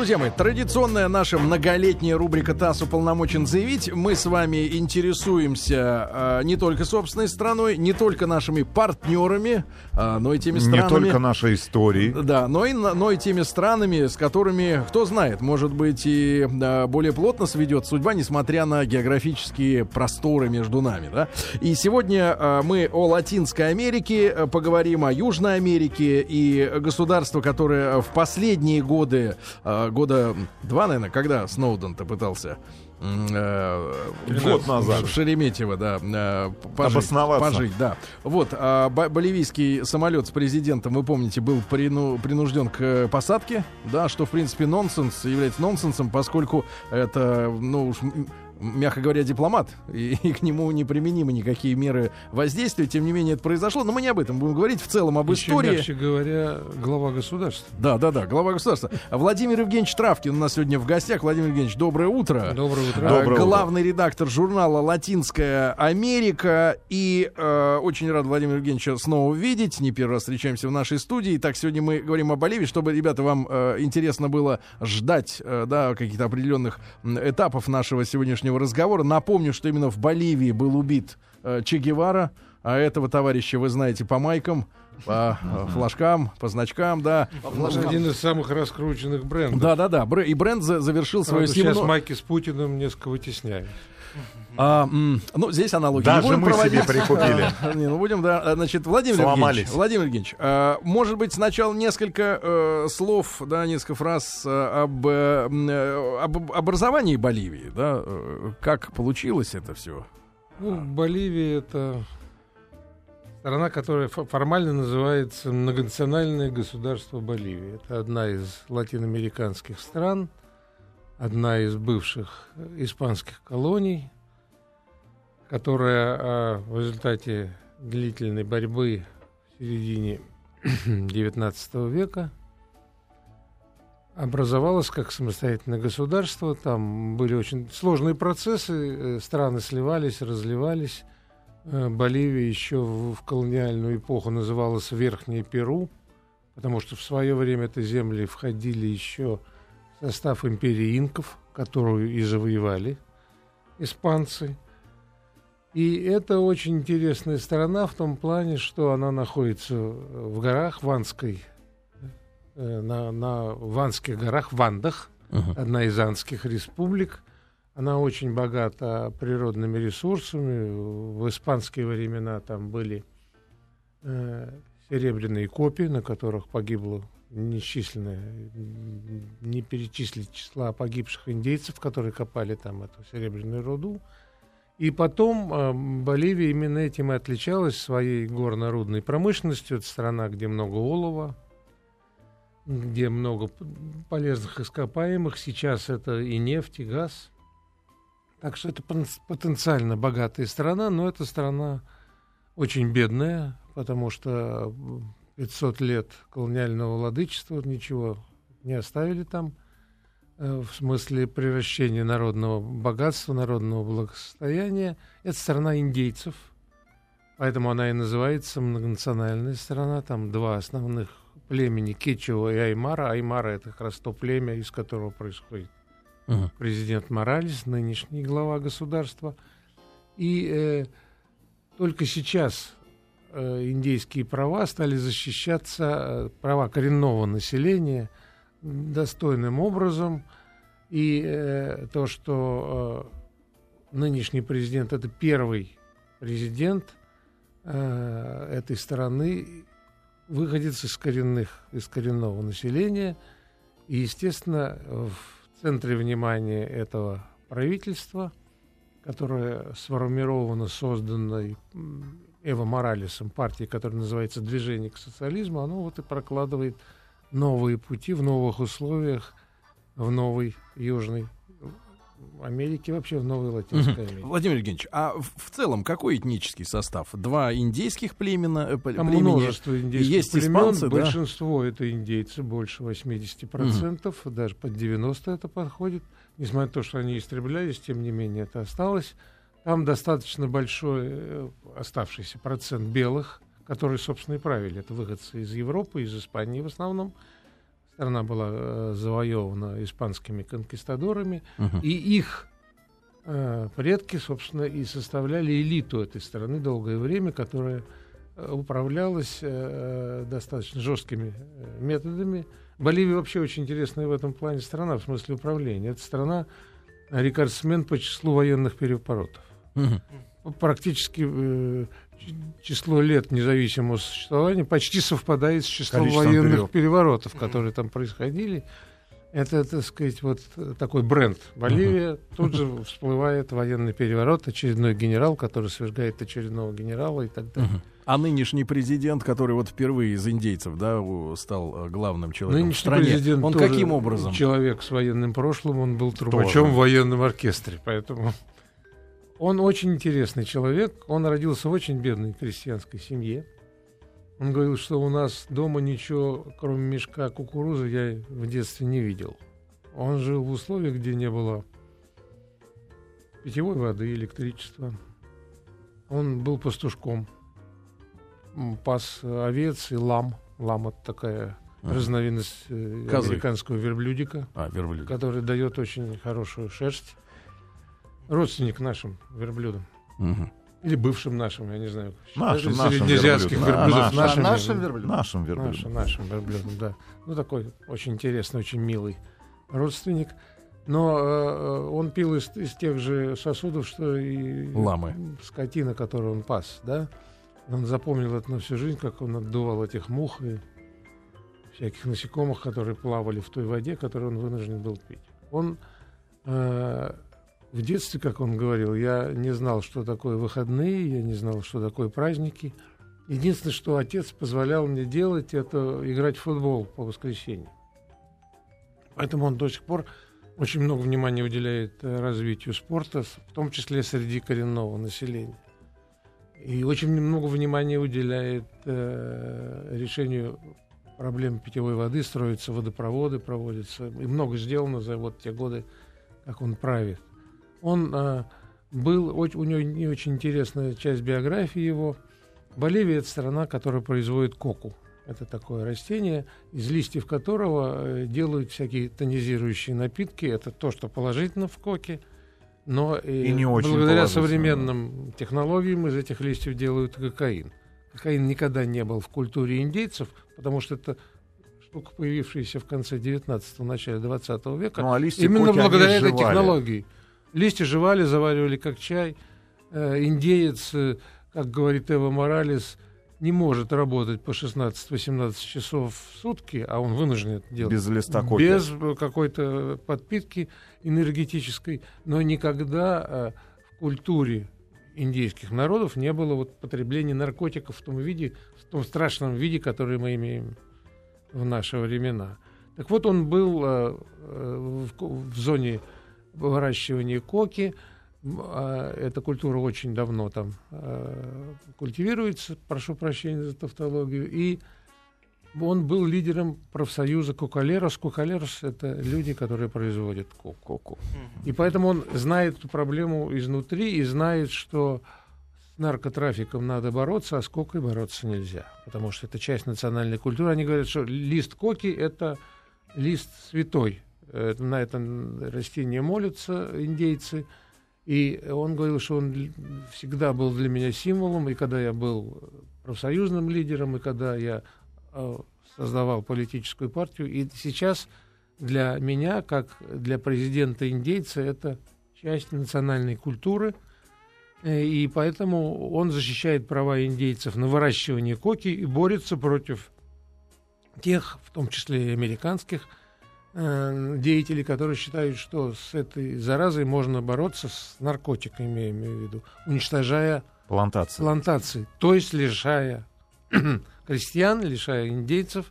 Друзья мои, традиционная наша многолетняя рубрика «ТАСС уполномочен заявить». Мы с вами интересуемся не только собственной страной, не только нашими партнерами, но и теми странами... Не только нашей историей. Да, но и теми странами, с которыми, кто знает, может быть, и более плотно сведет судьба, несмотря на географические просторы между нами. Да? И сегодня мы о Латинской Америке поговорим, о Южной Америке и государства, которые в последние годы, года два, наверное, когда Сноуден-то пытался год назад в Шереметьево, да, пожить, да. Вот, боливийский самолет с президентом, вы помните, был принужден к посадке, да, что, в принципе, является нонсенсом, поскольку это, ну уж, мягко говоря, дипломат, и к нему неприменимы никакие меры воздействия. Тем не менее, это произошло. Но мы не об этом будем говорить, в целом об истории. Мягче говоря, глава государства. Да, глава государства. Владимир Евгеньевич Травкин у нас сегодня в гостях. Владимир Евгеньевич, доброе утро. Доброе утро. Главный редактор журнала «Латинская Америка». И очень рад Владимира Евгеньевича снова видеть. Не первый раз встречаемся в нашей студии. Итак, сегодня мы говорим о Боливии, чтобы, ребята, вам интересно было ждать каких-то определенных этапов нашего сегодняшнего разговора. Напомню, что именно в Боливии был убит Че Гевара, а этого товарища вы знаете по майкам, по флажкам, по значкам, да. Один из самых раскрученных брендов. Да. И бренд завершил свою Сейчас майки с Путиным несколько вытесняют. Здесь аналогия. Даже мы себе прикупили. Значит, Владимир Евгеньевич, может быть, сначала несколько слов, несколько фраз об образовании Боливии, да? Как получилось это все? Боливия — это страна, которая формально называется многонациональное государство Боливия. Это одна из латиноамериканских стран, одна из бывших испанских колоний, которая в результате длительной борьбы в середине XIX века образовалась как самостоятельное государство. Там были очень сложные процессы, страны сливались, разливались. Боливия еще в колониальную эпоху называлась Верхнее Перу, потому что в свое время эти земли входили еще в состав империи инков, которую и завоевали испанцы. И это очень интересная страна в том плане, что она находится в горах Ванской, на Ванских горах, в Андах, одна из андских республик. Она очень богата природными ресурсами. В испанские времена там были серебряные копи, на которых погибло несчисленное, не перечислить числа погибших индейцев, которые копали там эту серебряную руду. И потом Боливия именно этим и отличалась своей горно-рудной промышленностью. Это страна, где много олова, где много полезных ископаемых. Сейчас это и нефть, и газ. Так что это потенциально богатая страна, но это страна очень бедная, потому что 500 лет колониального владычества ничего не оставили там. В смысле превращения народного богатства, народного благосостояния. Это страна индейцев, поэтому она и называется многонациональная страна. Там два основных племени — Кечуа и Аймара. Аймара — это как раз то племя, из которого происходит президент Моралес, нынешний глава государства. И только сейчас индейские права стали защищаться, права коренного населения, достойным образом. И то, что нынешний президент — это первый президент этой страны, выходец из коренного населения. И, естественно, в центре внимания этого правительства, которое сформировано, создано Эво Моралесом, партией, которая называется «Движение к социализму», оно вот и прокладывает новые пути в новых условиях, в новой Южной Америке, вообще в новой Латинской Америке. Владимир Евгеньевич, а в целом какой этнический состав? Два индейских племени? Там множество индейских есть племен, испанцы, большинство это индейцы, больше 80%, даже под 90% это подходит. Несмотря на то, что они истреблялись, тем не менее это осталось. Там достаточно большой оставшийся процент белых, которые, собственно, и правили. Это выходцы из Европы, из Испании в основном, Страна была завоевана испанскими конкистадорами, и их предки, собственно, и составляли элиту этой страны долгое время, которая управлялась достаточно жесткими методами. Боливия вообще очень интересная в этом плане страна, в смысле управления. Это страна рекордсмен по числу военных переворотов. Практически число лет независимого существования почти совпадает с числом военных переворотов, которые там происходили. Это, так сказать, вот такой бренд. Боливия, тут же всплывает военный переворот, очередной генерал, который свергает очередного генерала и так далее. А нынешний президент, который вот впервые из индейцев, да, стал главным человеком в стране, президент он каким образом? Человек с военным прошлым, он был трубачом в военном оркестре, поэтому он очень интересный человек. Он родился в очень бедной крестьянской семье. Он говорил, что у нас дома ничего, кроме мешка кукурузы, я в детстве не видел. Он жил в условиях, где не было питьевой воды, электричества. Он был пастушком. Пас овец и лам. Лам — это такая разновидность американского верблюдика, который дает очень хорошую шерсть. Родственник нашим верблюдам. Или бывшим нашим, я не знаю. Нашим верблюдов. Нашим верблюдом. Нашим верблюдом, да. Ну, такой очень интересный, очень милый родственник. Но он пил из тех же сосудов, что и ламы. Скотина, которую он пас, да. Он запомнил это на всю жизнь, как он отдувал этих мух и всяких насекомых, которые плавали в той воде, которую он вынужден был пить. Он в детстве, как он говорил, я не знал, что такое выходные, я не знал, что такое праздники. Единственное, что отец позволял мне делать, это играть в футбол по воскресеньям. Поэтому он до сих пор очень много внимания уделяет развитию спорта, в том числе среди коренного населения. И очень много внимания уделяет решению проблем питьевой воды, строятся водопроводы, проводятся. И много сделано за вот те годы, как он правит. Он был, у него не очень интересная часть биографии его. Боливия — это страна, которая производит коку. Это такое растение, из листьев которого делают всякие тонизирующие напитки. Это то, что положительно в коке. Но и не благодаря современным технологиям из этих листьев делают кокаин. Кокаин никогда не был в культуре индейцев, потому что это штука, появившаяся в конце 19-го, начале 20 века. Ну, а именно благодаря этой технологии. Листья жевали, заваривали как чай. Индеец, как говорит Эва Моралес, не может работать по 16-18 часов в сутки, а он вынужден это делать. Без листа коки. Без какой-то подпитки энергетической. Но никогда в культуре индейских народов не было вот потребления наркотиков в том виде, в том страшном виде, который мы имеем в наши времена. Так вот, он был в зоне выращивания коки. Эта культура очень давно там культивируется, прошу прощения за тавтологию, и он был лидером профсоюза Кокалерос. Кокалерос — это люди, которые производят коку. И поэтому он знает эту проблему изнутри и знает, что с наркотрафиком надо бороться, а с кокой бороться нельзя, потому что это часть национальной культуры. Они говорят, что лист коки — это лист святой. На этом растении молятся индейцы. И он говорил, что он всегда был для меня символом, и когда я был профсоюзным лидером, и когда я создавал политическую партию, и сейчас для меня, как для президента индейца, это часть национальной культуры, и поэтому он защищает права индейцев на выращивание коки и борется против тех, в том числе и американских, деятелей, которые считают, что с этой заразой можно бороться с наркотиками, я имею в виду, уничтожая плантации, то есть лишая крестьян, лишая индейцев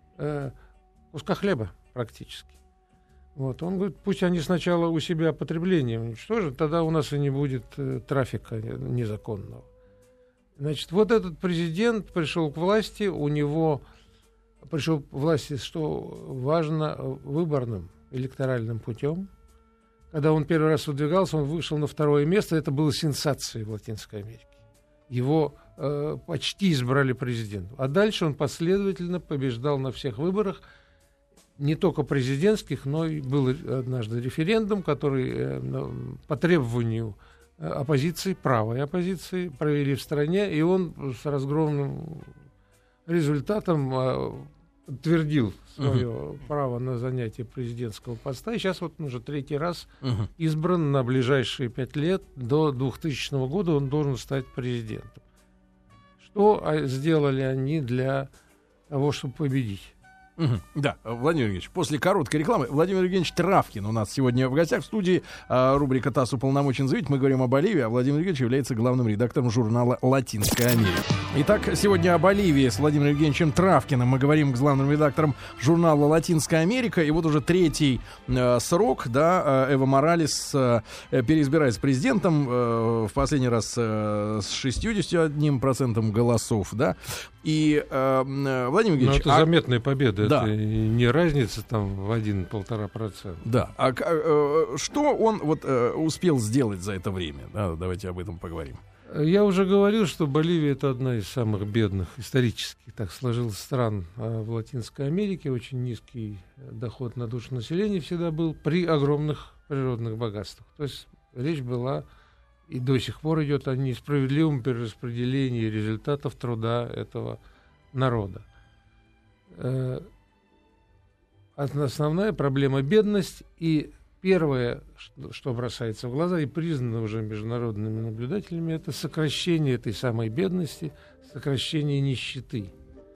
куска хлеба практически. Вот. Он говорит, пусть они сначала у себя потребление уничтожат, тогда у нас и не будет трафика незаконного. Значит, вот этот президент пришел к власти, у него пришел к власти, что важно, выборным электоральным путем. Когда он первый раз выдвигался, он вышел на второе место. Это было сенсацией в Латинской Америке. Его почти избрали президентом. А дальше он последовательно побеждал на всех выборах. не только президентских, но и был однажды референдум, который по требованию оппозиции, правой оппозиции, провели в стране, и он с разгромным результатом утвердил свое право на занятие президентского поста. И сейчас вот он уже третий раз избран на ближайшие 5 лет. До 2000 года он должен стать президентом. Что сделали они для того, чтобы победить? Да, Владимир Евгеньевич, после короткой рекламы Владимир Евгеньевич Травкин у нас сегодня в гостях в студии. Рубрика «ТАСС уполномочен заявить». Мы говорим о Боливии, а Владимир Евгеньевич является главным редактором журнала «Латинская Америка». Итак, сегодня о Боливии с Владимиром Евгеньевичем Травкиным мы говорим с главным редактором журнала «Латинская Америка». И вот уже третий срок, да, Эво Моралес переизбирается президентом, в последний раз с 61% голосов, да. И, Владимир Евгеньевич... Но это заметная победа, да. Это не разница там в 1-1,5%. Да, что он вот успел сделать за это время? Да, давайте об этом поговорим. Я уже говорил, что Боливия — это одна из самых бедных, исторически так сложилось, стран в Латинской Америке. Очень низкий доход на душу населения всегда был при огромных природных богатствах. То есть речь была и до сих пор идет о несправедливом перераспределении результатов труда этого народа. Основная проблема — бедность, и первое, что бросается в глаза и признано уже международными наблюдателями, это сокращение этой самой бедности, сокращение нищеты.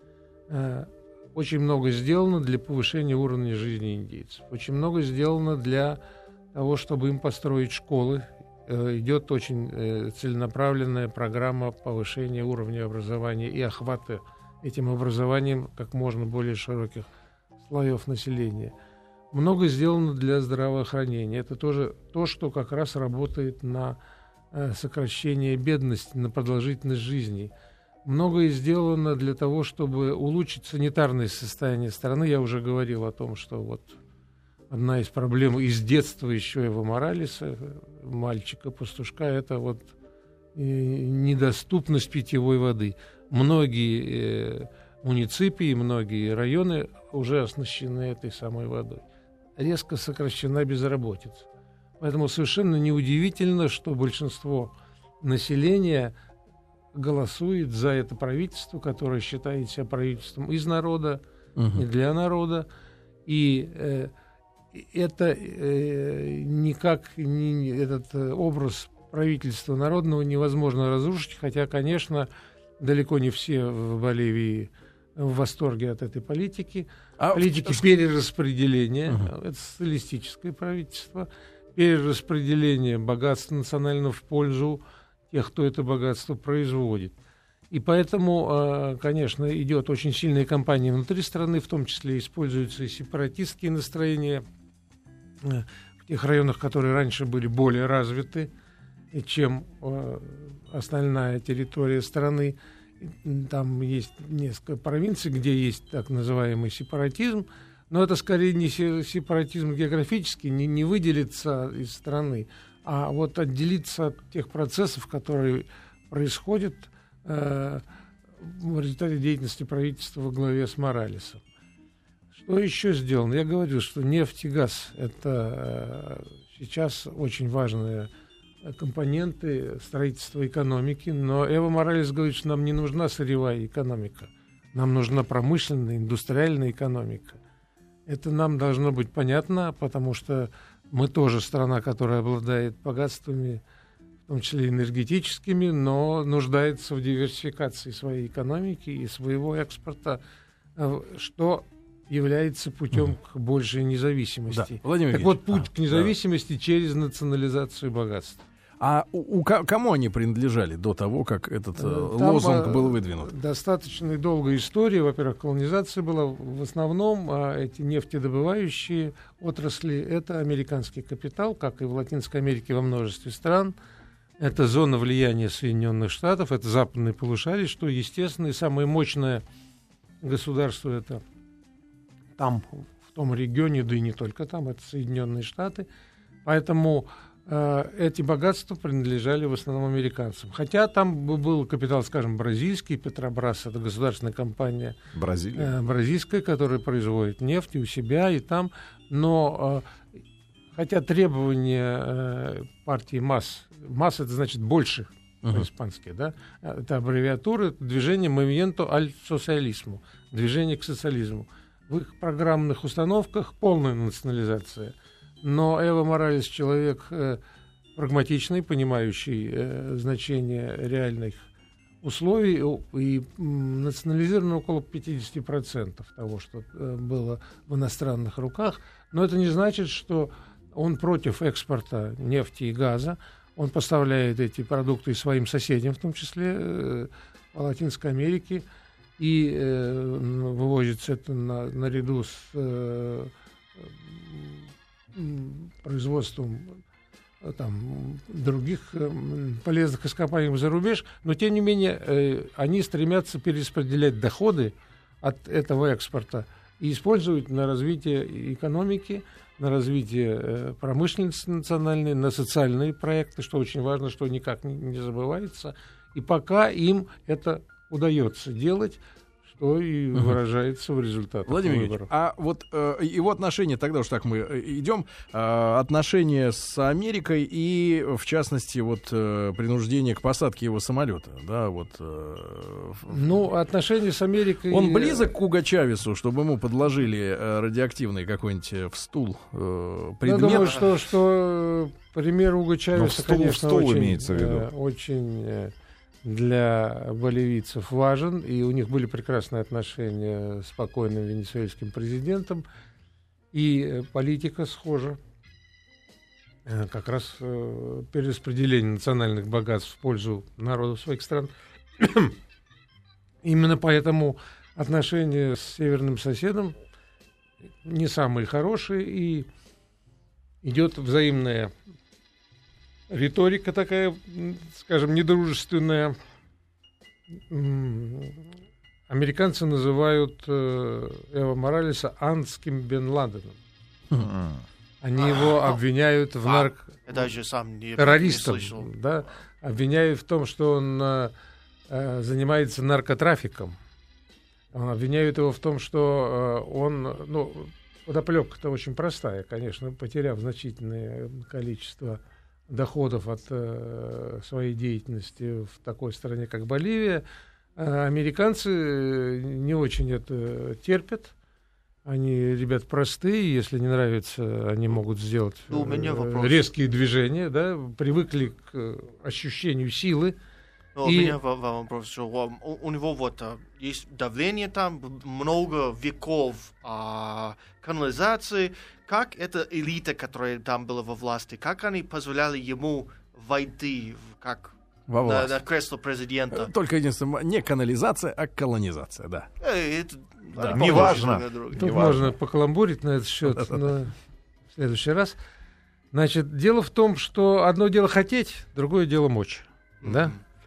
Очень много сделано для повышения уровня жизни индейцев. Очень много сделано для того, чтобы им построить школы. Идет очень целенаправленная программа повышения уровня образования и охвата этим образованием как можно более широких слоев населения. Много сделано для здравоохранения. Это тоже то, что как раз работает на сокращение бедности, на продолжительность жизни. Многое сделано для того, чтобы улучшить санитарное состояние страны. Я уже говорил о том, что вот одна из проблем из детства еще Эво Моралеса, мальчика-пастушка, это вот недоступность питьевой воды. Многие муниципии, многие районы уже оснащены этой самой водой. Резко сокращена безработица. Поэтому совершенно неудивительно, что большинство населения голосует за это правительство, которое считает себя правительством из народа, и для народа. И это никак этот образ правительства народного невозможно разрушить, хотя, конечно, далеко не все в Боливии в восторге от этой политики. Политики перераспределения, это социалистическое правительство, перераспределение богатства национального в пользу тех, кто это богатство производит. И поэтому, конечно, идет очень сильная кампания внутри страны, в том числе используются и сепаратистские настроения в тех районах, которые раньше были более развиты, чем остальная территория страны. Там есть несколько провинций, где есть так называемый сепаратизм, но это скорее не сепаратизм географический, не выделиться из страны, а вот отделиться от тех процессов, которые происходят в результате деятельности правительства во главе с Моралесом. Что еще сделано? Я говорил, что нефть и газ — это сейчас очень важные компоненты строительства экономики, но Эво Моралес говорит, что нам не нужна сырьевая экономика, нам нужна промышленная, индустриальная экономика. Это нам должно быть понятно, потому что мы тоже страна, которая обладает богатствами, в том числе энергетическими, но нуждается в диверсификации своей экономики и своего экспорта, что является путем к большей независимости. Да. Так вот, путь к независимости через национализацию богатства. А кому они принадлежали до того, как этот лозунг был выдвинут? Достаточно долгая история. Во-первых, колонизация была. В основном эти нефтедобывающие отрасли — это американский капитал, как и в Латинской Америке во множестве стран. Это зона влияния Соединенных Штатов, это западное полушарие, что, естественно, и самое мощное государство — это там, в том регионе, да и не только там, это Соединенные Штаты. Поэтому эти богатства принадлежали в основном американцам. Хотя там был капитал, скажем, бразильский, Петробрас, это государственная компания бразильская, которая производит нефть и у себя, и там. Но хотя требования партии МАС это значит больше по-испански, да? Это аббревиатура, это движение «Movimiento al Socialismo», движение к социализму. В их программных установках полная национализация. Но Эво Моралес человек прагматичный, понимающий значение реальных условий, и национализировано около 50% того, что было в иностранных руках. Но это не значит, что он против экспорта нефти и газа. Он поставляет эти продукты своим соседям, в том числе по Латинской Америке, и вывозится это наряду с производством там, других полезных ископаемых за рубеж, но тем не менее они стремятся перераспределять доходы от этого экспорта и использовать на развитие экономики, на развитие промышленности национальной, на социальные проекты, что очень важно, что никак не забывается. И пока им это удается делать, что и выражается в результатах Владимир выборов. А вот его отношения, тогда уж так мы идем, отношения с Америкой и, в частности, вот принуждение к посадке его самолета, да, вот. Ну, отношения с Америкой... Он близок к Уго Чавесу, чтобы ему подложили радиоактивный какой-нибудь в стул предмет? Я думаю, что пример Уго Чавеса, конечно, очень для боливийцев важен, и у них были прекрасные отношения с покойным венесуэльским президентом, и политика схожа. Как раз перераспределение национальных богатств в пользу народов своих стран. Именно поэтому отношения с северным соседом не самые хорошие, и идет взаимная риторика такая, скажем, недружественная. Американцы называют Эво Моралеса андским Бен Ладеном. Они его обвиняют в террористом, да, обвиняют в том, что он занимается наркотрафиком. Обвиняют его в том, что он, подоплека-то очень простая, конечно, потеряв значительное количество доходов от своей деятельности в такой стране, как Боливия, американцы не очень это терпят. Они, ребят, простые, если не нравится, они могут сделать резкие движения, да, привыкли к ощущению силы. У меня вопрос, что у него есть давление там, много веков канализации. Как эта элита, которая там была во власти, как они позволяли ему войти на кресло президента? Только единственное, не канализация, а колонизация, да. Не важно. Тут можно покаламбурить на этот счет, но в следующий раз. Значит, дело в том, что одно дело хотеть, другое дело мочь. Да?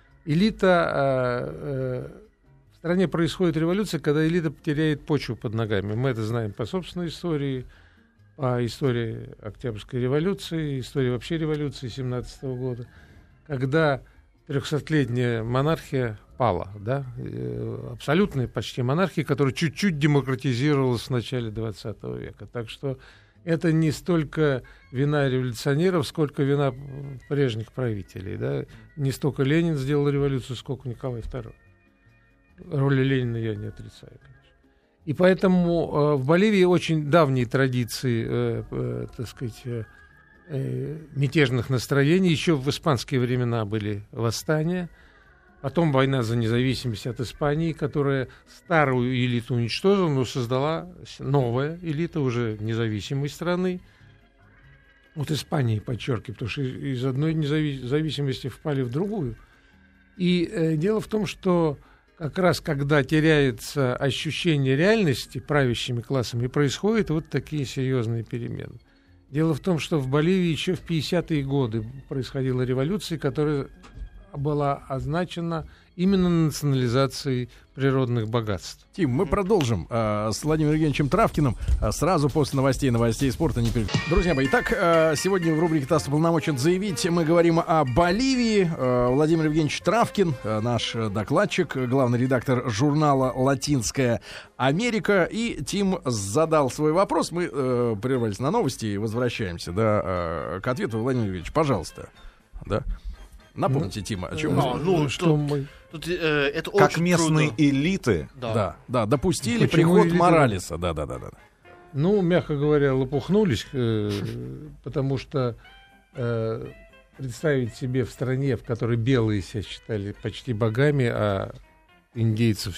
Элита... В стране происходит революция, когда элита теряет почву под ногами. Мы это знаем по собственной истории, по истории Октябрьской революции, истории вообще революции 17 года, когда 300-летняя монархия пала, да? Абсолютная почти монархия, которая чуть-чуть демократизировалась в начале 20 века. Так что это не столько вина революционеров, сколько вина прежних правителей. Да? Не столько Ленин сделал революцию, сколько Николай II. Роли Ленина я не отрицаю, конечно. И поэтому в Боливии очень давние традиции, так сказать, мятежных настроений. Еще в испанские времена были восстания. Потом война за независимость от Испании, которая старую элиту уничтожила, но создала новая элита уже независимой страны. Вот Испании, подчеркиваю, потому что из одной независимости впали в другую. И дело в том, что как раз когда теряется ощущение реальности правящими классами, происходят вот такие серьезные перемены. Дело в том, что в Боливии еще в 50-е годы происходила революция, которая была означена именно национализацией природных богатств. Тим, мы продолжим с Владимиром Евгеньевичем Травкиным сразу после новостей спорта. Друзья мои, итак, сегодня в рубрике «ТАСС уполномочен заявить» мы говорим о Боливии. Владимир Евгеньевич Травкин, наш докладчик, главный редактор журнала «Латинская Америка». И Тим задал свой вопрос. Мы прервались на новости и возвращаемся к ответу. Владимир Евгеньевич, пожалуйста. Да. Напомните, Тима, о чем мы... это как местные трудно. Элиты допустили приход Моралеса. Да. Ну, мягко говоря, лопухнулись, потому что представить себе в стране, в которой белые себя считали почти богами, а индейцев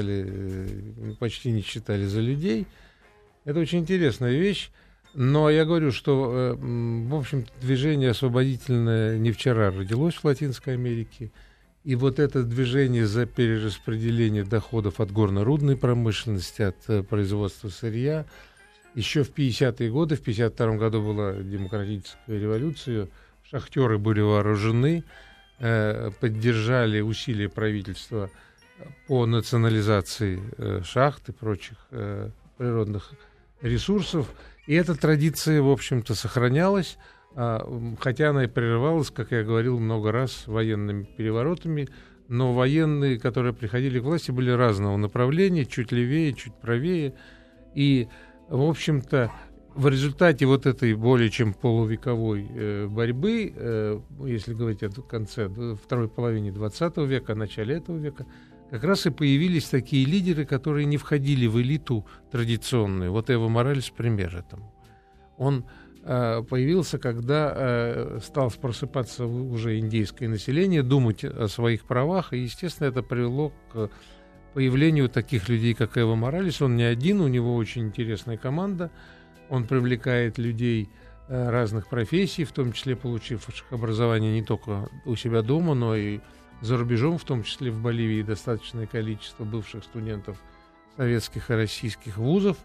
почти не считали за людей, это очень интересная вещь. Но я говорю, что, в общем, движение освободительное не вчера родилось в Латинской Америке. И вот это движение за перераспределение доходов от горно-рудной промышленности, от производства сырья, еще в 50-е годы, в 52-м году была демократическая революция, шахтеры были вооружены, поддержали усилия правительства по национализации шахт и прочих природных ресурсов. И эта традиция, в общем-то, сохранялась, хотя она и прерывалась, как я говорил много раз, военными переворотами, но военные, которые приходили к власти, были разного направления, чуть левее, чуть правее. И, в общем-то, в результате вот этой более чем полувековой борьбы, если говорить о конце, второй половине 20 века, начале этого века, как раз и появились такие лидеры, которые не входили в элиту традиционную. Вот Эво Моралес пример этому. Он появился, когда стал просыпаться уже индейское население, думать о своих правах, и, естественно, это привело к появлению таких людей, как Эво Моралес. Он не один, у него очень интересная команда. Он привлекает людей разных профессий, в том числе получивших образование не только у себя дома, но и за рубежом, в том числе в Боливии, достаточное количество бывших студентов советских и российских вузов.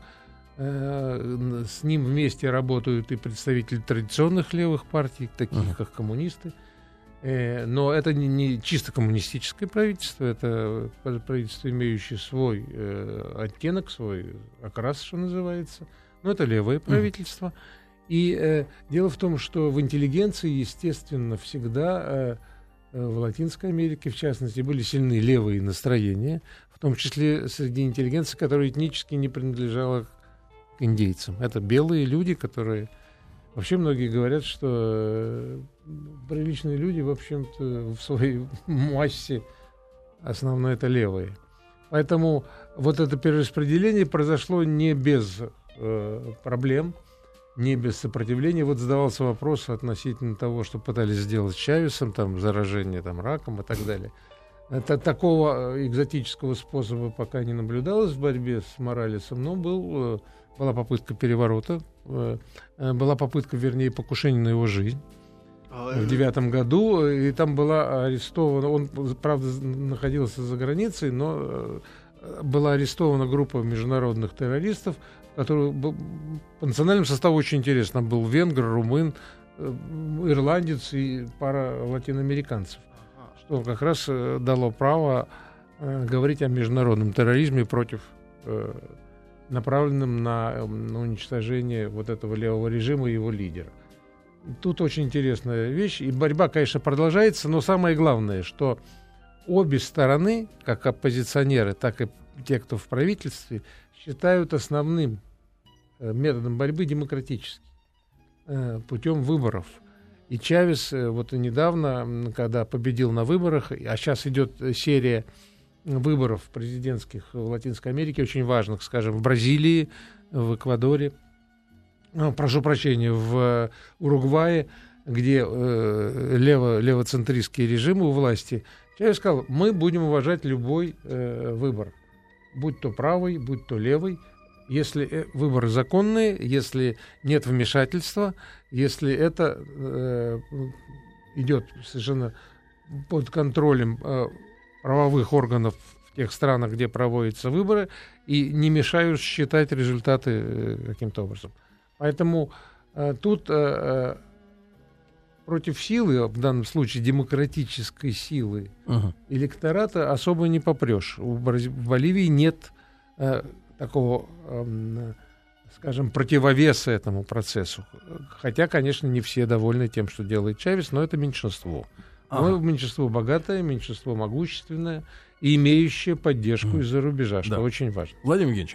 С ним вместе работают и представители традиционных левых партий, таких как коммунисты. Но это не чисто коммунистическое правительство, это правительство, имеющее свой оттенок, свой окрас, что называется. Но это левое правительство. И дело в том, что в интеллигенции, естественно, всегда... в Латинской Америке, в частности, были сильны левые настроения, в том числе среди интеллигенции, которая этнически не принадлежала к индейцам. Это белые люди, которые... Вообще многие говорят, что приличные люди, в общем-то, в своей массе основное это левые. Поэтому вот это перераспределение произошло не без проблем, не без сопротивления. Вот задавался вопрос относительно того, что пытались сделать с Чавесом, там, заражение раком и так далее. Такого экзотического способа пока не наблюдалось в борьбе с Моралесом, но была попытка переворота, была попытка, вернее, покушения на его жизнь в 2009 году, и там была арестована, он, правда, находился за границей, но была арестована группа международных террористов, который по национальному составу очень интересно. Был венгр, румын, ирландец и пара латиноамериканцев. Что как раз дало право говорить о международном терроризме направленном на уничтожение вот этого левого режима и его лидера. Тут очень интересная вещь. И борьба, конечно, продолжается, но самое главное, что обе стороны, как оппозиционеры, так и те, кто в правительстве, считают основным методом борьбы демократический, путем выборов. И Чавес вот недавно, когда победил на выборах, а сейчас идет серия выборов президентских в Латинской Америке, очень важных, скажем, в Бразилии, в Эквадоре, прошу прощения, в Уругвае, где левоцентристские режимы у власти, Чавес сказал, мы будем уважать любой выбор, будь то правый, будь то левый, если выборы законные, если нет вмешательства, если это идет совершенно под контролем правовых органов в тех странах, где проводятся выборы, и не мешают считать результаты каким-то образом. Поэтому тут против силы, в данном случае демократической силы электората, особо не попрешь. В Боливии нет такого, скажем, противовеса этому процессу. Хотя, конечно, не все довольны тем, что делает Чавес, но это меньшинство. Но меньшинство богатое, меньшинство могущественное и имеющее поддержку из-за рубежа, что очень важно. Владимир Евгеньевич,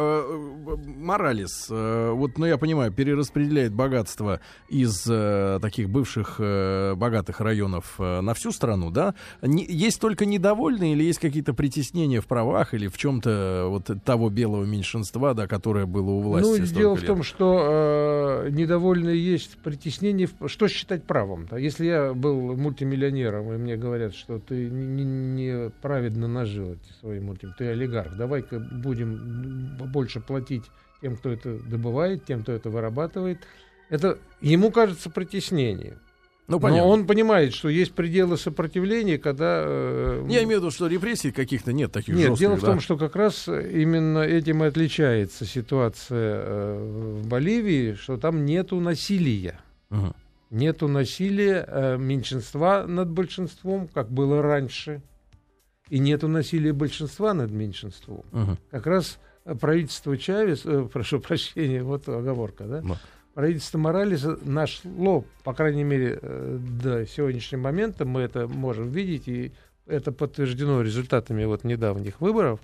Моралес, я понимаю, перераспределяет богатство из таких бывших богатых районов на всю страну, да? Есть только недовольные или есть какие-то притеснения в правах или в чем-то того белого меньшинства, да, которое было у власти? Дело в том, что недовольные есть, притеснения. Что считать правом? Да? Если я был мультимиллионером, и мне говорят, что ты не праведно нажил своим мультим, ты олигарх, давай-ка будем больше платить тем, кто это добывает, тем, кто это вырабатывает. Это ему кажется притеснением. Но он понимает, что есть пределы сопротивления, когда... Я имею в виду, что репрессий каких-то нет таких жестких. Нет, дело в том, что как раз именно этим и отличается ситуация в Боливии, что там нету насилия. Нету насилия меньшинства над большинством, как было раньше. И нету насилия большинства над меньшинством. Как раз правительство Чавеса, прошу прощения, вот оговорка, да? Правительство Моралеса нашло, по крайней мере, до сегодняшнего момента, мы это можем видеть, и это подтверждено результатами недавних выборов,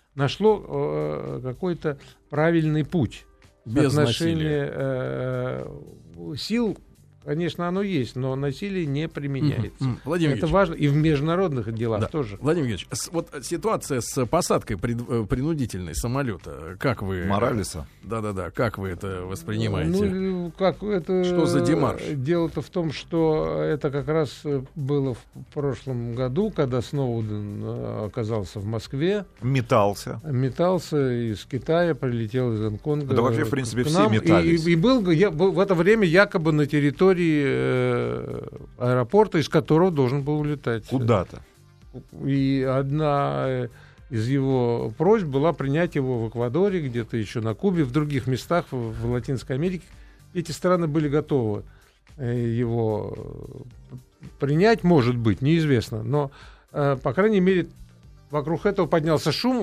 нашло какой-то правильный путь. Без насилия. Сил, конечно, оно есть, но насилие не применяется. Владимир это важно и в международных делах тоже. Владимир Ильич, ситуация с посадкой принудительной самолета, как вы... Моралеса? Да-да-да, как вы это воспринимаете? Что за демарш? Дело-то в том, что это как раз было в прошлом году, когда Сноуден оказался в Москве. Метался из Китая, прилетел из Гонконга. Да вообще, в принципе, все метались. И был в это время якобы на территории аэропорта, из которого должен был улетать. Куда-то. И одна из его просьб была принять его в Эквадоре, где-то еще на Кубе, в других местах в Латинской Америке. Эти страны были готовы его принять, может быть, неизвестно. Но, по крайней мере, вокруг этого поднялся шум.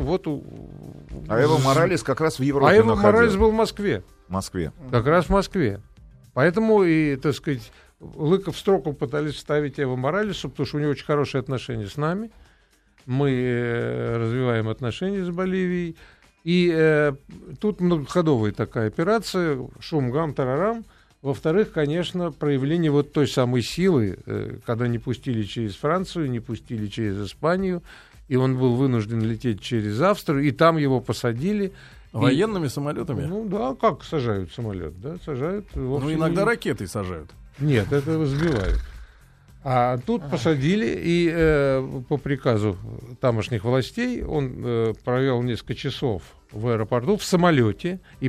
А Эво Моралес как раз в Европе находился. А Эво Моралес был в Москве. Как раз в Москве. Поэтому и, так сказать, лыка в строку пытались вставить Эво Моралесу, потому что у него очень хорошие отношения с нами. Мы развиваем отношения с Боливией. И тут многоходовая такая операция, шум-гам, тарарам. Во-вторых, конечно, проявление той самой силы, когда не пустили через Францию, не пустили через Испанию, и он был вынужден лететь через Австрию, и там его посадили. Военными самолетами? Как сажают самолет, да, сажают. Иногда ракетой сажают. Нет, это сбивают. А тут посадили, и по приказу тамошних властей он провел несколько часов в аэропорту в самолете, и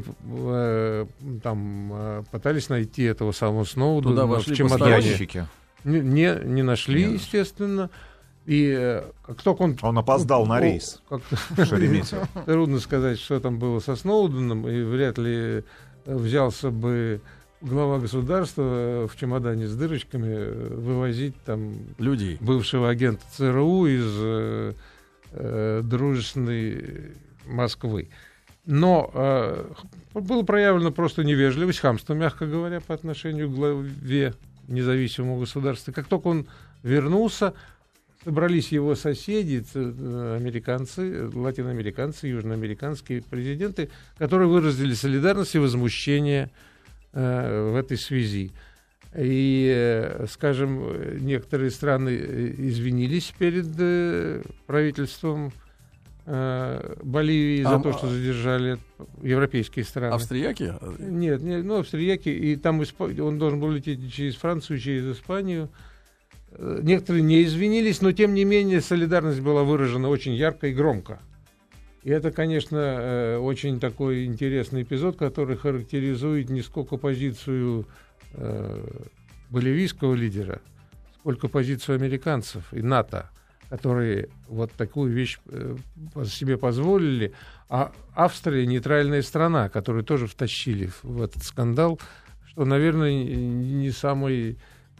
там пытались найти этого самого Сноудена. Туда вошли в чемодане. Ящики. Не нашли, естественно. И как только он опоздал на рейс в Шереметьево. Трудно сказать, что там было со Сноуденом, и вряд ли взялся бы глава государства в чемодане с дырочками вывозить там людей, бывшего агента ЦРУ из дружественной Москвы. Но было проявлено просто невежливость, хамство, мягко говоря, по отношению к главе независимого государства. Как только он вернулся, собрались его соседи, американцы, латиноамериканцы, южноамериканские президенты, которые выразили солидарность и возмущение в этой связи. И, скажем, некоторые страны извинились перед правительством Боливии за то, что задержали европейские страны. Австрияки? Нет, австрияки. И там он должен был лететь через Францию, через Испанию. Некоторые не извинились, но, тем не менее, солидарность была выражена очень ярко и громко. И это, конечно, очень такой интересный эпизод, который характеризует не сколько позицию боливийского лидера, сколько позицию американцев и НАТО, которые вот такую вещь себе позволили. А Австрия — нейтральная страна, которую тоже втащили в этот скандал, что, наверное, не самый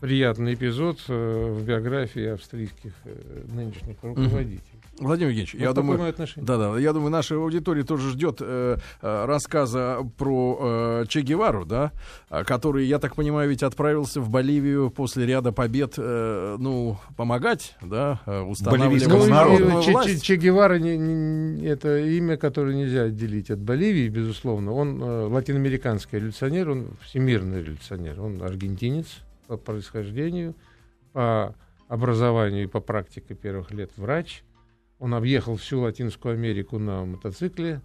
приятный эпизод в биографии австрийских нынешних руководителей. Владимир Евгеньевич, я думаю, наша аудитория тоже ждет рассказа про Че Гевару, да, который, я так понимаю, ведь отправился в Боливию после ряда побед, помогать, да, устанавливать власть. Че Гевара это имя, которое нельзя отделить от Боливии, безусловно. Он латиноамериканский революционер, он всемирный революционер, он аргентинец по происхождению, по образованию и по практике первых лет врач. Он объехал всю Латинскую Америку на мотоцикле,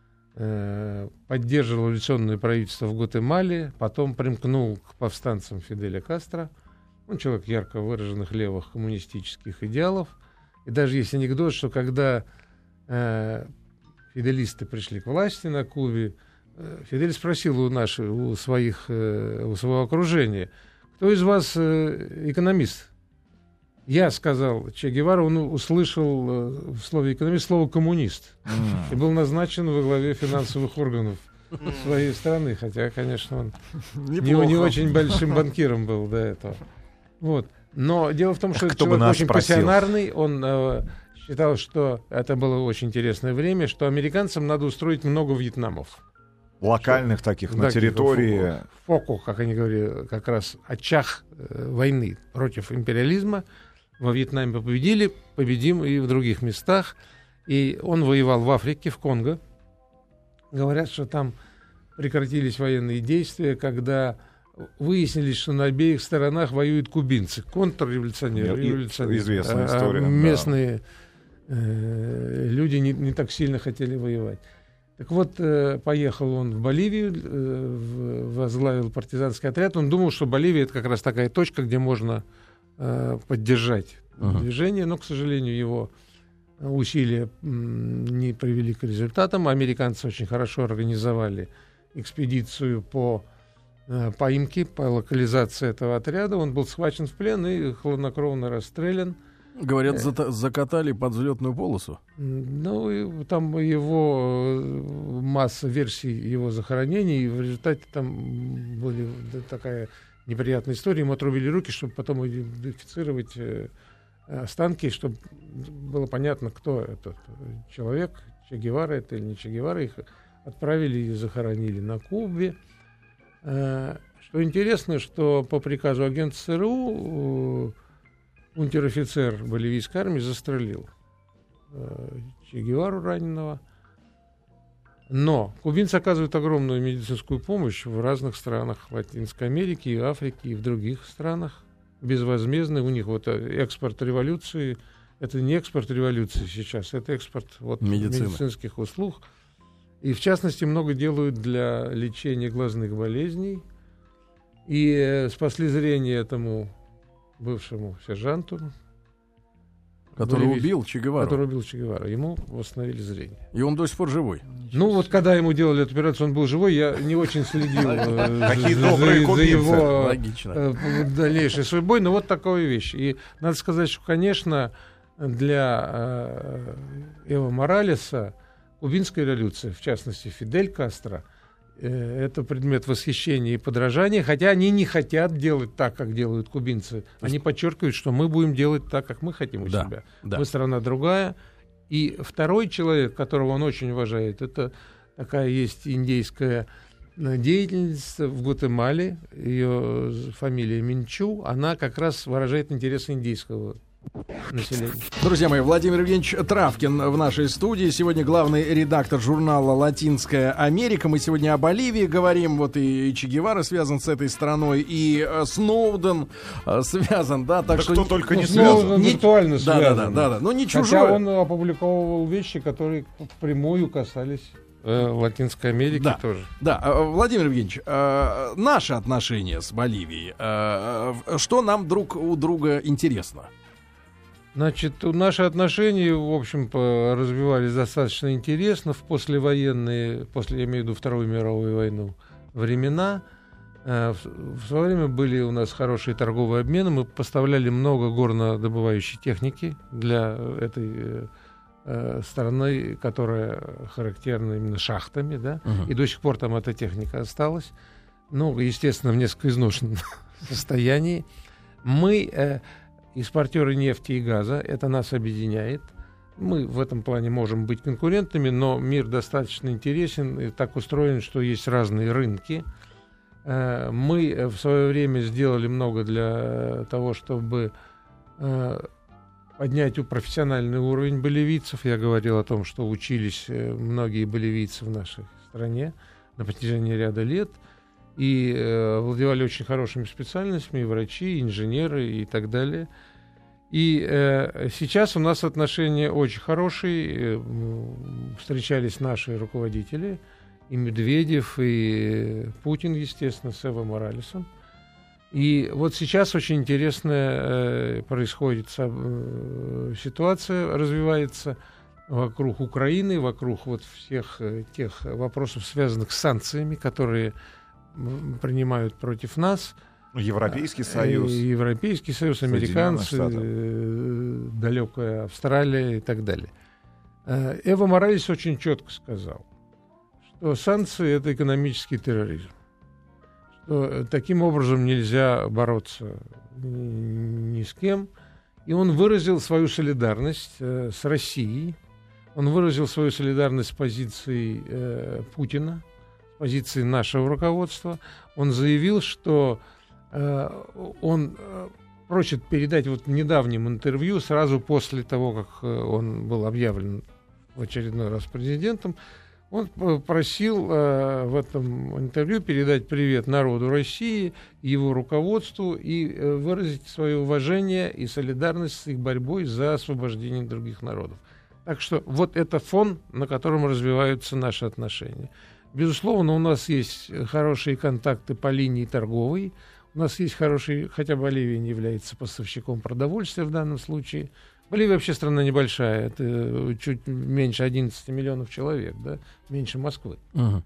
поддерживал революционное правительство в Гватемале, потом примкнул к повстанцам Фиделя Кастро. Он человек ярко выраженных левых коммунистических идеалов. И даже есть анекдот, что когда фиделисты пришли к власти на Кубе, Фидель спросил у своего окружения: кто из вас экономист? Я сказал Че Гевара, он услышал в слове экономист слово коммунист и был назначен во главе финансовых органов своей страны, хотя, конечно, он не очень большим банкиром был до этого. Вот. Но дело в том, что человек очень пассионарный, он считал, что это было очень интересное время, что американцам надо устроить много вьетнамов. Локальных таких, на территории. Фоку, как они говорили, как раз очаг войны против империализма. Во Вьетнаме победим и в других местах. И он воевал в Африке, в Конго. Говорят, что там прекратились военные действия, когда выяснились, что на обеих сторонах воюют кубинцы, контрреволюционеры, революционеры. Известная история. Местные люди не так сильно хотели воевать. Так вот, поехал он в Боливию, возглавил партизанский отряд. Он думал, что Боливия — это как раз такая точка, где можно поддержать движение, но, к сожалению, его усилия не привели к результатам. Американцы очень хорошо организовали экспедицию по поимке, по локализации этого отряда. Он был схвачен в плен и хладнокровно расстрелян. Говорят, закатали под взлетную полосу. Ну, там его масса версий его захоронений, и в результате там были такая неприятная история. Ему отрубили руки, чтобы потом идентифицировать останки, чтобы было понятно, кто этот человек, Че Гевара это или не Че Гевара. Их отправили и захоронили на Кубе. Что интересно, что по приказу агента ЦРУ унтер-офицер боливийской армии застрелил Че Гевару раненого. Но кубинцы оказывают огромную медицинскую помощь в разных странах Латинской Америки, и Африки, и в других странах. Безвозмездно. У них вот экспорт революции. Это не экспорт революции сейчас, это экспорт медицинских услуг. И в частности много делают для лечения глазных болезней. И спасли зрение этому бывшему сержанту, который убил Че Гевару. Ему восстановили зрение. И он до сих пор живой. Ну вот когда ему делали эту операцию, он был живой. Я не очень следил за его дальнейшей судьбой. Но вот такая вещь. И надо сказать, что, конечно, для Эво Моралеса кубинская революция, в частности Фидель Кастро, это предмет восхищения и подражания, хотя они не хотят делать так, как делают кубинцы. Они подчеркивают, что мы будем делать так, как мы хотим у себя. Мы страна другая. И второй человек, которого он очень уважает, это такая есть индейская деятельница в Гватемале, ее фамилия Минчу, она как раз выражает интересы индейского населения. Друзья мои, Владимир Евгеньевич Травкин в нашей студии. Сегодня главный редактор журнала «Латинская Америка». Мы сегодня о Боливии говорим. Вот и Че Гевара связан с этой страной, и Сноуден связан, да? Так что кто только не связан. Сноуден виртуально связан. Да. Но не чужой. Хотя он опубликовывал вещи, которые впрямую касались Латинской Америки тоже. Да, Владимир Евгеньевич, наши отношения с Боливией, что нам друг у друга интересно? Значит, наши отношения, в общем, развивались достаточно интересно в послевоенные, я имею в виду Вторую мировую войну, времена. В свое время были у нас хорошие торговые обмены, мы поставляли много горнодобывающей техники для этой страны, которая характерна именно шахтами, да, и до сих пор там эта техника осталась. Ну, естественно, в несколько изношенном состоянии. Мы экспортеры нефти и газа, это нас объединяет. Мы в этом плане можем быть конкурентами, но мир достаточно интересен и так устроен, что есть разные рынки. Мы в свое время сделали много для того, чтобы поднять профессиональный уровень боливийцев. Я говорил о том, что учились многие боливийцы в нашей стране на протяжении ряда лет и владевали очень хорошими специальностями, и врачи, и инженеры и так далее. И сейчас у нас отношения очень хорошие. Встречались наши руководители, и Медведев, и Путин, естественно, с Эво Моралесом. И вот сейчас очень интересная происходит ситуация, развивается вокруг Украины, вокруг вот всех тех вопросов, связанных с санкциями, которые принимают против нас. Европейский Союз. Европейский Союз, американцы, далекая Австралия и так далее. Эво Моралес очень четко сказал, что санкции — это экономический терроризм. Что таким образом нельзя бороться ни с кем. И он выразил свою солидарность с Россией. Он выразил свою солидарность с позицией Путина, с позицией нашего руководства. Он заявил, что он просит передать вот в недавнем интервью, сразу после того, как он был объявлен в очередной раз президентом, он просил в этом интервью передать привет народу России, его руководству и выразить свое уважение и солидарность с их борьбой за освобождение других народов. Так что вот это фон, на котором развиваются наши отношения. Безусловно, у нас есть хорошие контакты по линии торговой. У нас есть хороший, хотя Боливия не является поставщиком продовольствия в данном случае. Боливия вообще страна небольшая, это чуть меньше 11 миллионов человек, да? Меньше Москвы.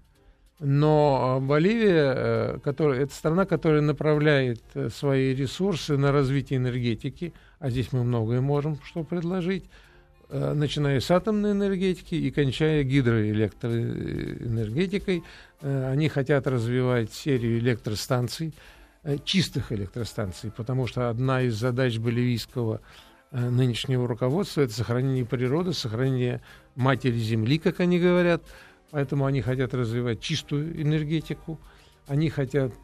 Но Боливия, это страна, которая направляет свои ресурсы на развитие энергетики, а здесь мы многое можем что предложить, начиная с атомной энергетики и кончая гидроэлектроэнергетикой. Они хотят развивать серию электростанций, чистых электростанций, потому что одна из задач боливийского нынешнего руководства — это сохранение природы, сохранение матери Земли, как они говорят. Поэтому они хотят развивать чистую энергетику, они хотят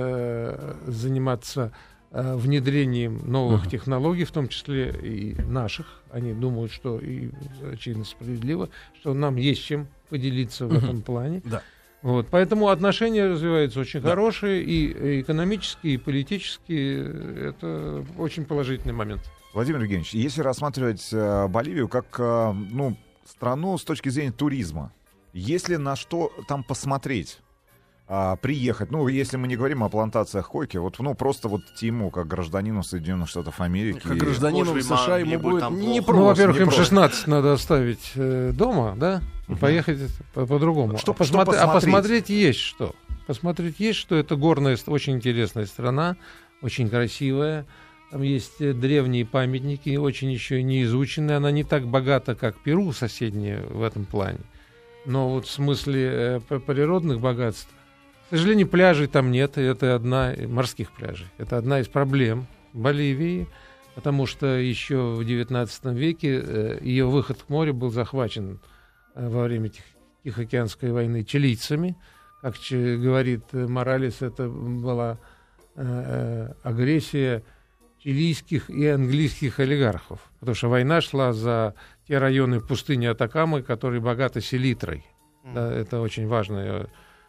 заниматься внедрением новых технологий, в том числе и наших. Они думают, что, и очевидно справедливо, что нам есть чем поделиться в этом плане. Да. Вот, поэтому отношения развиваются очень хорошие, и экономические, и политические. Это очень положительный момент. Владимир Евгеньевич, если рассматривать Боливию как страну с точки зрения туризма, есть ли на что там посмотреть, приехать? Ну, если мы не говорим о плантациях койки, просто ему, как гражданину Соединенных Штатов Америки. Как гражданину США ему будет не просто. Ну, во-первых, им 16 надо оставить дома, да? И поехать по-другому. Посмотреть есть что. Посмотреть есть что. Это горная, очень интересная страна, очень красивая. Там есть древние памятники, очень еще не изученные. Она не так богата, как Перу соседняя в этом плане. Но вот в смысле природных богатств, к сожалению, пляжей там нет. Это морских пляжей. Это одна из проблем Боливии, потому что еще в XIX веке ее выход к морю был захвачен во время Тихоокеанской войны чилийцами. Как говорит Моралес, это была агрессия чилийских и английских олигархов, потому что война шла за те районы пустыни Атакамы, которые богаты селитрой. Да, это очень важное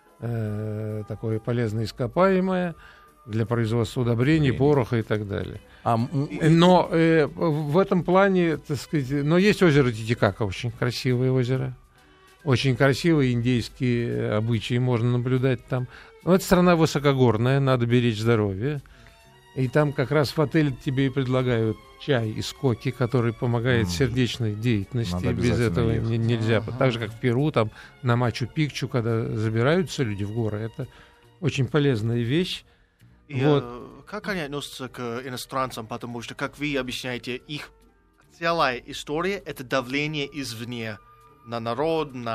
такое полезное ископаемое для производства удобрений, пороха и так далее. Но в этом плане, так сказать, но есть озеро Титикака, очень красивое озеро. Очень красивые индейские обычаи можно наблюдать там. Но это страна высокогорная, надо беречь здоровье. И там как раз в отеле тебе и предлагают чай из коки, который помогает сердечной деятельности. Без этого нельзя. Так же, как в Перу, там на Мачу-Пикчу, когда забираются люди в горы, это очень полезная вещь. И, как они относятся к иностранцам? Потому что, как вы объясняете, их целая история — это давление извне на народ, на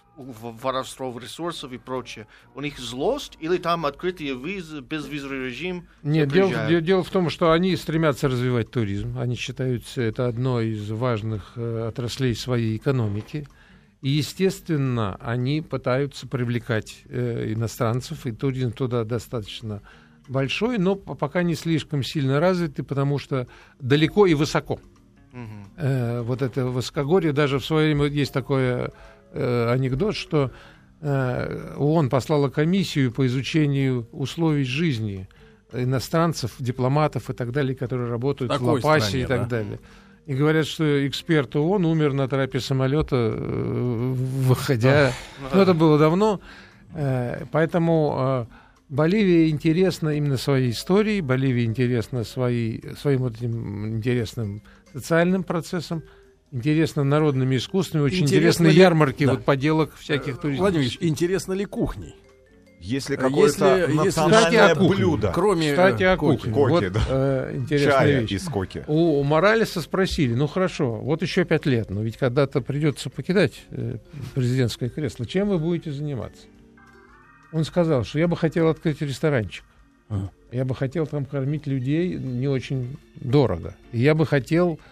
воровство ресурсов и прочее. У них злость или там открытые визы, безвизовый режим? Нет, дело в том, что они стремятся развивать туризм. Они считают это одной из важных отраслей своей экономики. И, естественно, они пытаются привлекать иностранцев, и туризм туда достаточно большой, но пока не слишком сильно развитый, потому что далеко и высоко. Вот это высокогорье, даже в свое время есть такое анекдот, что ООН послала комиссию по изучению условий жизни иностранцев, дипломатов и так далее, которые работают в Ла-Пасе и так далее. И говорят, что эксперт ООН умер на трапе самолета, выходя. Ну, это было давно. Поэтому Боливия интересна именно своей историей, Боливия интересна своим вот этим интересным социальным процессом, интересно народными искусствами, очень интересны ярмарки поделок всяких туристов. Владимир Ильич, интересно ли кухней? Если какое-то национальное блюдо. Кстати, о кухне. Коки, интересная чая вещь. из коки. У Моралеса спросили, ну хорошо, вот еще 5 лет, но ведь когда-то придется покидать президентское кресло, чем вы будете заниматься? Он сказал, что я бы хотел открыть ресторанчик. Я бы хотел там кормить людей не очень дорого. И я бы хотел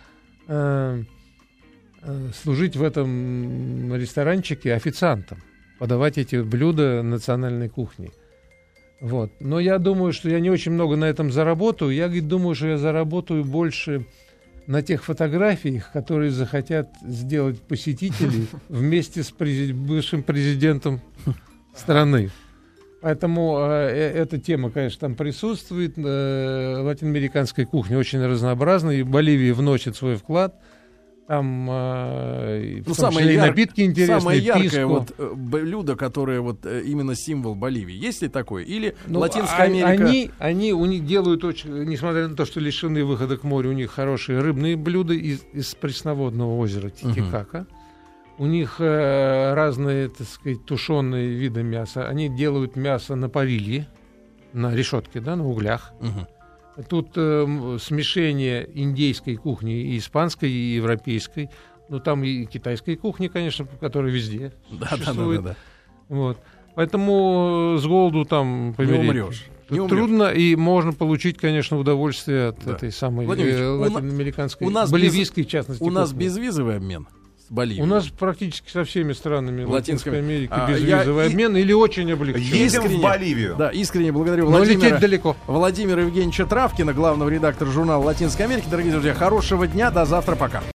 служить в этом ресторанчике официантом, подавать эти блюда национальной кухни. Вот. Но я думаю, что я не очень много на этом заработаю. Я думаю, что я заработаю больше на тех фотографиях, которые захотят сделать посетители вместе с бывшим президентом страны. Поэтому эта тема, конечно, там присутствует. Латиноамериканская кухня очень разнообразна, и Боливия вносит свой вклад. Там напитки интересные. Самое яркое блюдо, которое именно символ Боливии. Есть ли такое? Или Латинская Америка? Они у них делают очень, несмотря на то, что лишены выхода к морю, у них хорошие рыбные блюда из пресноводного озера Титикака. У них разные, так сказать, тушеные виды мяса. Они делают мясо на парилье, на решетке, на углях. Тут смешение индейской кухни, и испанской, и европейской. Ну, там и китайской кухни, конечно, которая везде существует. Да. Вот. Поэтому с голоду там помереть не умрешь. Трудно, и можно получить, конечно, удовольствие от этой самой латиноамериканской, боливийской, в частности, у нас безвизовый обмен. Боливии. У нас практически со всеми странами Латинской Америки безвизовый обмен или очень облегчен. Едем в Боливию. Да, искренне благодарю Владимира Евгеньевича Травкина, главного редактора журнала «Латинская Америка». Дорогие друзья, хорошего дня, до завтра, пока.